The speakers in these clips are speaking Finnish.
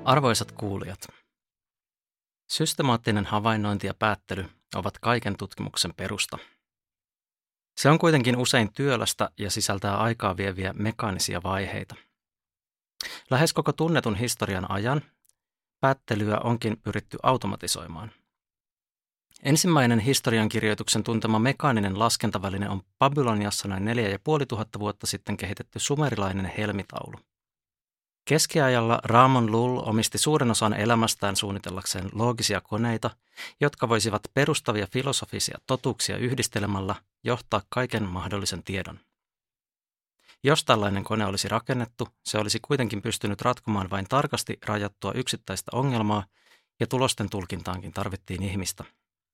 Arvoisat kuulijat, systemaattinen havainnointi ja päättely ovat kaiken tutkimuksen perusta. Se on kuitenkin usein työlästä ja sisältää aikaa vieviä mekaanisia vaiheita. Lähes koko tunnetun historian ajan päättelyä onkin pyritty automatisoimaan. Ensimmäinen historiankirjoituksen tuntema mekaaninen laskentaväline on Babyloniassa noin 4500 vuotta sitten kehitetty sumerilainen helmitaulu. Keskiajalla Ramon Lull omisti suuren osan elämästään suunnitellakseen loogisia koneita, jotka voisivat perustavia filosofisia totuuksia yhdistelemällä johtaa kaiken mahdollisen tiedon. Jos tällainen kone olisi rakennettu, se olisi kuitenkin pystynyt ratkomaan vain tarkasti rajattua yksittäistä ongelmaa, ja tulosten tulkintaankin tarvittiin ihmistä.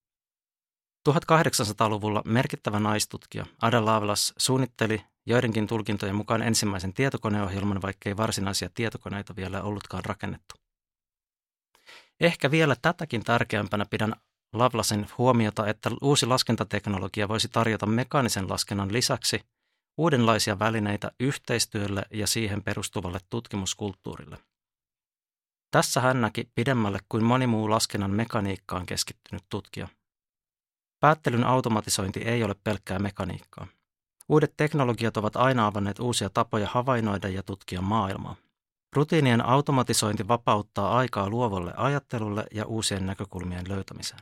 1800-luvulla merkittävä naistutkija Ada Lovelace suunnitteli joidenkin tulkintojen mukaan ensimmäisen tietokoneohjelman, vaikkei varsinaisia tietokoneita vielä ollutkaan rakennettu. Ehkä vielä tätäkin tärkeämpänä pidän Lovelacen huomiota, että uusi laskentateknologia voisi tarjota mekaanisen laskennan lisäksi uudenlaisia välineitä yhteistyölle ja siihen perustuvalle tutkimuskulttuurille. Tässä hän näki pidemmälle kuin moni muu laskennan mekaniikkaan keskittynyt tutkija. Päättelyn automatisointi ei ole pelkkää mekaniikkaa. Uudet teknologiat ovat aina avanneet uusia tapoja havainnoida ja tutkia maailmaa. Rutiinien automatisointi vapauttaa aikaa luovalle ajattelulle ja uusien näkökulmien löytämiseen.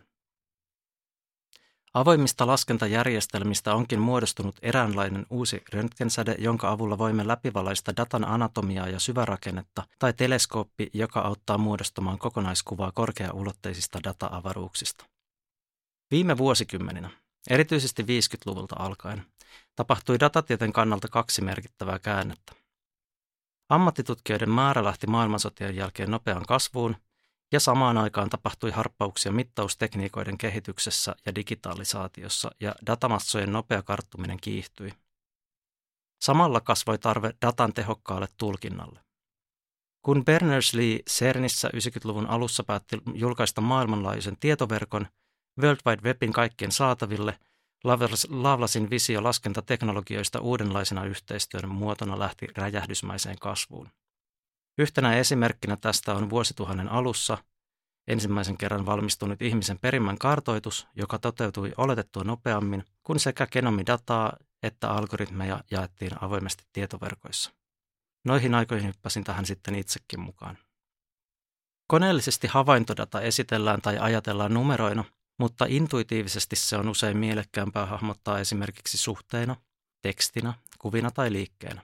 Avoimista laskentajärjestelmistä onkin muodostunut eräänlainen uusi röntgensäde, jonka avulla voimme läpivalaista datan anatomiaa ja syvärakennetta, tai teleskooppi, joka auttaa muodostamaan kokonaiskuvaa korkeaulotteisista data-avaruuksista. Viime vuosikymmeninä, erityisesti 50-luvulta alkaen, tapahtui datatieteen kannalta kaksi merkittävää käännettä. Ammattitutkijoiden määrä lähti maailmansotien jälkeen nopeaan kasvuun, ja samaan aikaan tapahtui harppauksia mittaustekniikoiden kehityksessä ja digitalisaatiossa, ja datamassojen nopea karttuminen kiihtyi. Samalla kasvoi tarve datan tehokkaalle tulkinnalle. Kun Berners-Lee CERNissä 90-luvun alussa päätti julkaista maailmanlaajuisen tietoverkon World Wide Webin kaikkien saataville, Lovelacen visio laskentateknologioista uudenlaisena yhteistyön muotona lähti räjähdysmäiseen kasvuun. Yhtenä esimerkkinä tästä on vuosituhannen alussa ensimmäisen kerran valmistunut ihmisen perimän kartoitus, joka toteutui oletettua nopeammin, kun sekä genomidataa että algoritmeja jaettiin avoimesti tietoverkoissa. Noihin aikoihin hyppäsin tähän sitten itsekin mukaan. Koneellisesti havaintodata esitellään tai ajatellaan numeroina, mutta intuitiivisesti se on usein mielekkäämpää hahmottaa esimerkiksi suhteina, tekstinä, kuvina tai liikkeenä.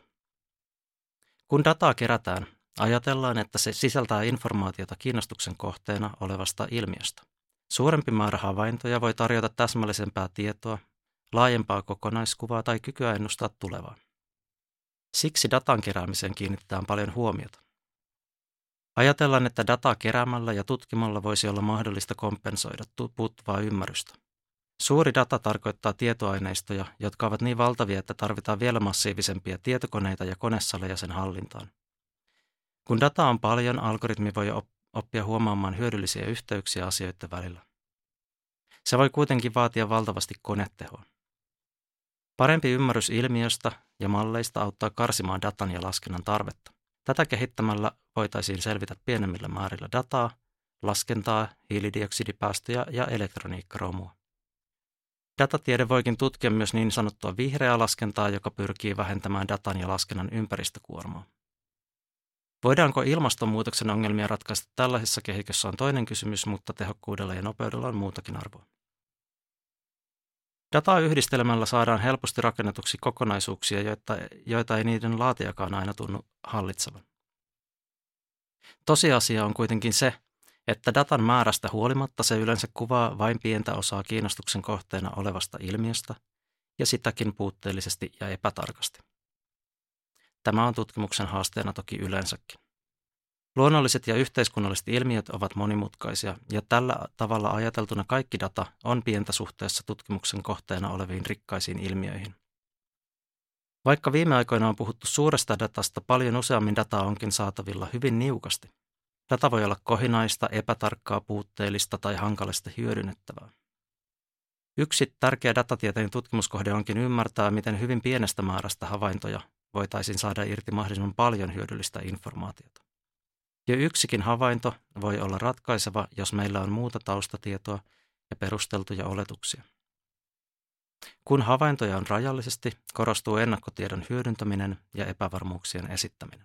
Kun dataa kerätään, ajatellaan, että se sisältää informaatiota kiinnostuksen kohteena olevasta ilmiöstä. Suurempi määrä havaintoja voi tarjota täsmällisempää tietoa, laajempaa kokonaiskuvaa tai kykyä ennustaa tulevaa. Siksi datan keräämiseen kiinnitetään paljon huomiota. Ajatellaan, että dataa keräämällä ja tutkimalla voisi olla mahdollista kompensoida puuttuvaa ymmärrystä. Suuri data tarkoittaa tietoaineistoja, jotka ovat niin valtavia, että tarvitaan vielä massiivisempia tietokoneita ja konesaleja sen hallintaan. Kun dataa on paljon, algoritmi voi oppia huomaamaan hyödyllisiä yhteyksiä asioiden välillä. Se voi kuitenkin vaatia valtavasti konetehoa. Parempi ymmärrys ilmiöstä ja malleista auttaa karsimaan datan ja laskennan tarvetta. Tätä kehittämällä voitaisiin selvitä pienemmillä määrillä dataa, laskentaa, hiilidioksidipäästöjä ja elektroniikkaromua. Datatiede voikin tutkia myös niin sanottua vihreää laskentaa, joka pyrkii vähentämään datan ja laskennan ympäristökuormaa. Voidaanko ilmastonmuutoksen ongelmia ratkaista tällaisessa kehikossa on toinen kysymys, mutta tehokkuudella ja nopeudella on muutakin arvoa. Dataa yhdistelemällä saadaan helposti rakennetuksi kokonaisuuksia, joita ei niiden laatijakaan aina tunnu hallitsevan. Tosiasia on kuitenkin se, että datan määrästä huolimatta se yleensä kuvaa vain pientä osaa kiinnostuksen kohteena olevasta ilmiöstä ja sitäkin puutteellisesti ja epätarkasti. Tämä on tutkimuksen haasteena toki yleensäkin. Luonnolliset ja yhteiskunnalliset ilmiöt ovat monimutkaisia ja tällä tavalla ajateltuna kaikki data on pientä suhteessa tutkimuksen kohteena oleviin rikkaisiin ilmiöihin. Vaikka viime aikoina on puhuttu suuresta datasta, paljon useammin dataa onkin saatavilla hyvin niukasti. Data voi olla kohinaista, epätarkkaa, puutteellista tai hankalasta hyödynnettävää. Yksi tärkeä datatieteen tutkimuskohde onkin ymmärtää, miten hyvin pienestä määrästä havaintoja voitaisiin saada irti mahdollisimman paljon hyödyllistä informaatiota. Jo yksikin havainto voi olla ratkaiseva, jos meillä on muuta taustatietoa ja perusteltuja oletuksia. Kun havaintoja on rajallisesti, korostuu ennakkotiedon hyödyntäminen ja epävarmuuksien esittäminen.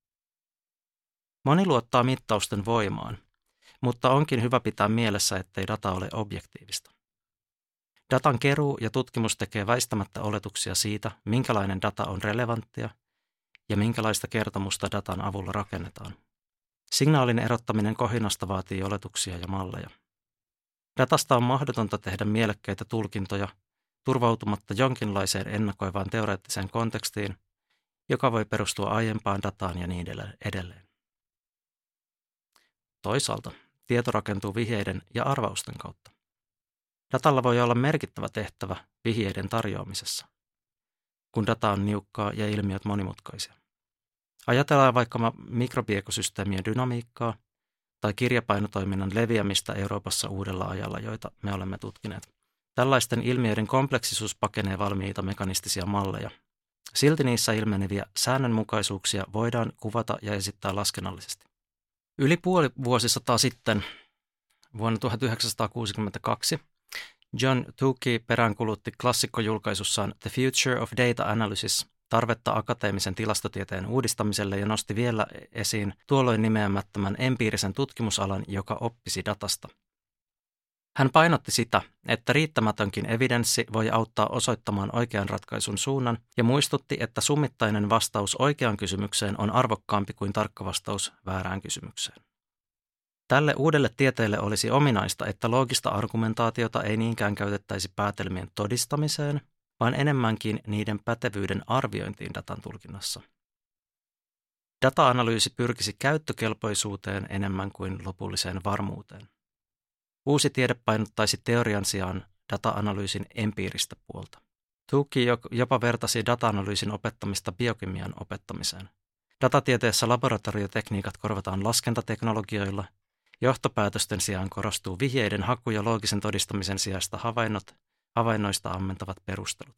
Moni luottaa mittausten voimaan, mutta onkin hyvä pitää mielessä, ettei data ole objektiivista. Datan keruu ja tutkimus tekee väistämättä oletuksia siitä, minkälainen data on relevanttia ja minkälaista kertomusta datan avulla rakennetaan. Signaalin erottaminen kohinasta vaatii oletuksia ja malleja. Datasta on mahdotonta tehdä mielekkäitä tulkintoja turvautumatta jonkinlaiseen ennakoivaan teoreettiseen kontekstiin, joka voi perustua aiempaan dataan ja niin edelleen. Toisaalta tieto rakentuu vihjeiden ja arvausten kautta. Datalla voi olla merkittävä tehtävä vihjeiden tarjoamisessa, kun data on niukkaa ja ilmiöt monimutkaisia. Ajatellaan vaikka mikrobiekosysteemien dynamiikkaa tai kirjapainotoiminnan leviämistä Euroopassa uudella ajalla, joita me olemme tutkineet. Tällaisten ilmiöiden kompleksisuus pakenee valmiita mekanistisia malleja. Silti niissä ilmeneviä säännönmukaisuuksia voidaan kuvata ja esittää laskennallisesti. Yli puoli vuosisataa sitten, vuonna 1962, John Tukey peräänkulutti klassikkojulkaisussaan The Future of Data Analysis tarvetta akateemisen tilastotieteen uudistamiselle ja nosti vielä esiin tuolloin nimeämättömän empiirisen tutkimusalan, joka oppisi datasta. Hän painotti sitä, että riittämätönkin evidenssi voi auttaa osoittamaan oikean ratkaisun suunnan ja muistutti, että summittainen vastaus oikeaan kysymykseen on arvokkaampi kuin tarkka vastaus väärään kysymykseen. Tälle uudelle tieteelle olisi ominaista, että loogista argumentaatiota ei niinkään käytettäisi päätelmien todistamiseen, vaan enemmänkin niiden pätevyyden arviointiin datan tulkinnassa. Data-analyysi pyrkisi käyttökelpoisuuteen enemmän kuin lopulliseen varmuuteen. Uusi tiede painottaisi teorian sijaan data-analyysin empiiristä puolta. Tukey jopa vertasi data-analyysin opettamista biokemian opettamiseen. Datatieteessä laboratoriotekniikat korvataan laskentateknologioilla, johtopäätösten sijaan korostuu vihjeiden haku ja loogisen todistamisen sijasta havainnoista ammentavat perustelut.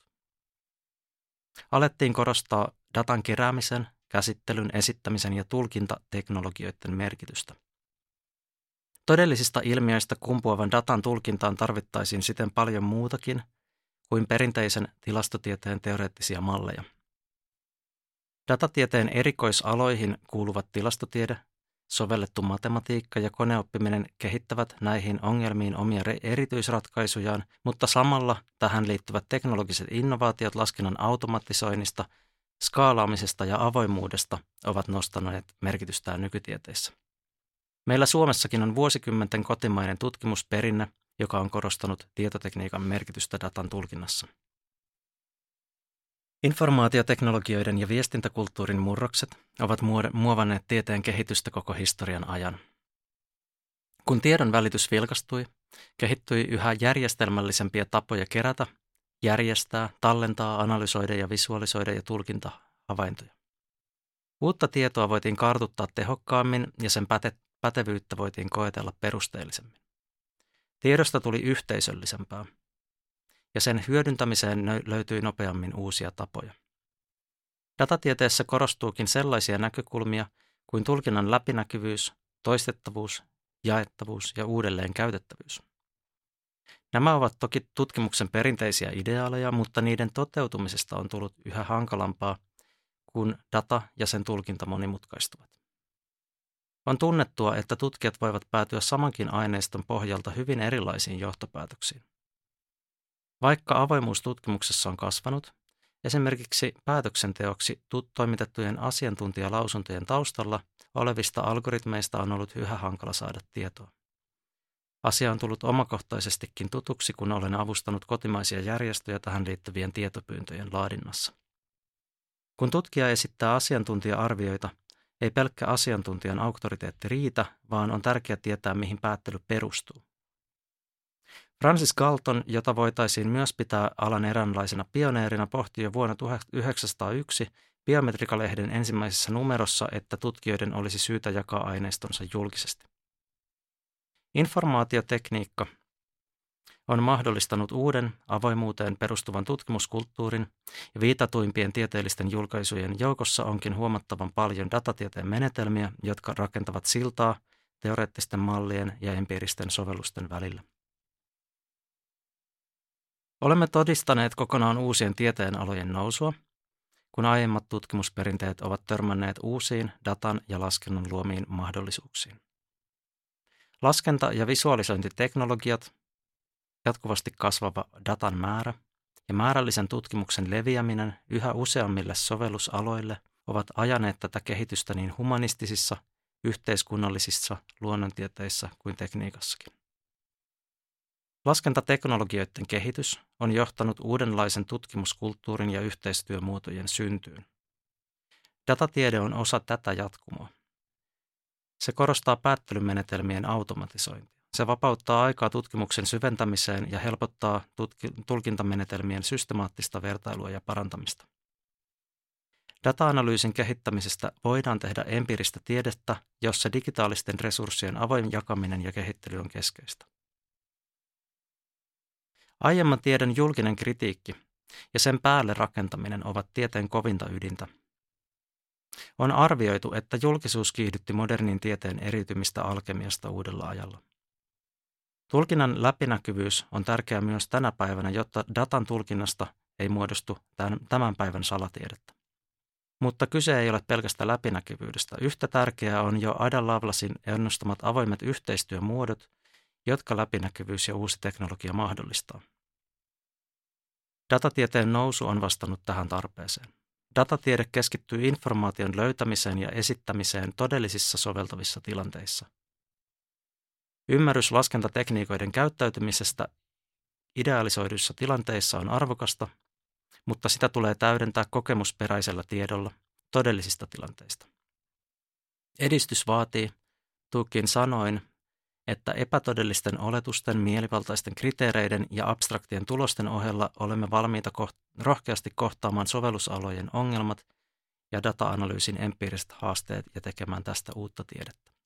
Alettiin korostaa datan keräämisen, käsittelyn, esittämisen ja tulkintateknologioiden merkitystä. Todellisista ilmiöistä kumpuavan datan tulkintaan tarvittaisiin siten paljon muutakin kuin perinteisen tilastotieteen teoreettisia malleja. Datatieteen erikoisaloihin kuuluvat tilastotiede, sovellettu matematiikka ja koneoppiminen kehittävät näihin ongelmiin omia erityisratkaisujaan, mutta samalla tähän liittyvät teknologiset innovaatiot laskennan automatisoinnista, skaalaamisesta ja avoimuudesta ovat nostaneet merkitystään nykytieteissä. Meillä Suomessakin on vuosikymmenten kotimainen tutkimusperinne, joka on korostanut tietotekniikan merkitystä datan tulkinnassa. Informaatioteknologioiden ja viestintäkulttuurin murrokset ovat muovanneet tieteen kehitystä koko historian ajan. Kun tiedon välitys vilkastui, kehittyi yhä järjestelmällisempiä tapoja kerätä, järjestää, tallentaa, analysoida ja visualisoida ja tulkinta havaintoja. Uutta tietoa voitiin kartuttaa tehokkaammin ja sen pätevyyttä voitiin koetella perusteellisemmin. Tiedosta tuli yhteisöllisempää ja sen hyödyntämiseen löytyi nopeammin uusia tapoja. Datatieteessä korostuukin sellaisia näkökulmia kuin tulkinnan läpinäkyvyys, toistettavuus, jaettavuus ja uudelleen käytettävyys. Nämä ovat toki tutkimuksen perinteisiä ideaaleja, mutta niiden toteutumisesta on tullut yhä hankalampaa, kun data ja sen tulkinta monimutkaistuvat. On tunnettua, että tutkijat voivat päätyä samankin aineiston pohjalta hyvin erilaisiin johtopäätöksiin. Vaikka avoimuus tutkimuksessa on kasvanut, esimerkiksi päätöksenteoksi toimitettujen asiantuntijalausuntojen taustalla olevista algoritmeista on ollut yhä hankala saada tietoa. Asia on tullut omakohtaisestikin tutuksi, kun olen avustanut kotimaisia järjestöjä tähän liittyvien tietopyyntöjen laadinnassa. Kun tutkija esittää asiantuntija-arvioita, ei pelkkä asiantuntijan auktoriteetti riitä, vaan on tärkeää tietää, mihin päättely perustuu. Francis Galton, jota voitaisiin myös pitää alan eräänlaisena pioneerina, pohti jo vuonna 1901 Biometrika-lehden ensimmäisessä numerossa, että tutkijoiden olisi syytä jakaa aineistonsa julkisesti. Informaatiotekniikka on mahdollistanut uuden, avoimuuteen perustuvan tutkimuskulttuurin, ja viitatuimpien tieteellisten julkaisujen joukossa onkin huomattavan paljon datatieteen menetelmiä, jotka rakentavat siltaa teoreettisten mallien ja empiiristen sovellusten välillä. Olemme todistaneet kokonaan uusien tieteenalojen nousua, kun aiemmat tutkimusperinteet ovat törmänneet uusiin datan ja laskennan luomiin mahdollisuuksiin. Laskenta- ja visualisointiteknologiat, jatkuvasti kasvava datan määrä ja määrällisen tutkimuksen leviäminen yhä useammille sovellusaloille ovat ajaneet tätä kehitystä niin humanistisissa, yhteiskunnallisissa, luonnontieteissä kuin tekniikassakin. Laskentateknologioiden kehitys on johtanut uudenlaisen tutkimuskulttuurin ja yhteistyömuotojen syntyyn. Datatiede on osa tätä jatkumoa. Se korostaa päättelymenetelmien automatisointia. Se vapauttaa aikaa tutkimuksen syventämiseen ja helpottaa tulkintamenetelmien systemaattista vertailua ja parantamista. Data-analyysin kehittämisestä voidaan tehdä empiiristä tiedettä, jossa digitaalisten resurssien avoin jakaminen ja kehittely on keskeistä. Aiemman tiedon julkinen kritiikki ja sen päälle rakentaminen ovat tieteen kovinta ydintä. On arvioitu, että julkisuus kiihdytti modernin tieteen eriytymistä alkemiasta uudella ajalla. Tulkinnan läpinäkyvyys on tärkeää myös tänä päivänä, jotta datan tulkinnasta ei muodostu tämän päivän salatiedettä. Mutta kyse ei ole pelkästä läpinäkyvyydestä. Yhtä tärkeää on jo Ada Lovelacen ennustamat avoimet yhteistyömuodot, jotka läpinäkyvyys ja uusi teknologia mahdollistaa. Datatieteen nousu on vastannut tähän tarpeeseen. Datatiede keskittyy informaation löytämiseen ja esittämiseen todellisissa soveltavissa tilanteissa. Ymmärrys laskentatekniikoiden käyttäytymisestä idealisoiduissa tilanteissa on arvokasta, mutta sitä tulee täydentää kokemusperäisellä tiedolla todellisista tilanteista. Edistys vaatii, Tukin sanoin, että epätodellisten oletusten, mielivaltaisten kriteereiden ja abstraktien tulosten ohella olemme valmiita rohkeasti kohtaamaan sovellusalojen ongelmat ja data-analyysin empiiriset haasteet ja tekemään tästä uutta tiedettä.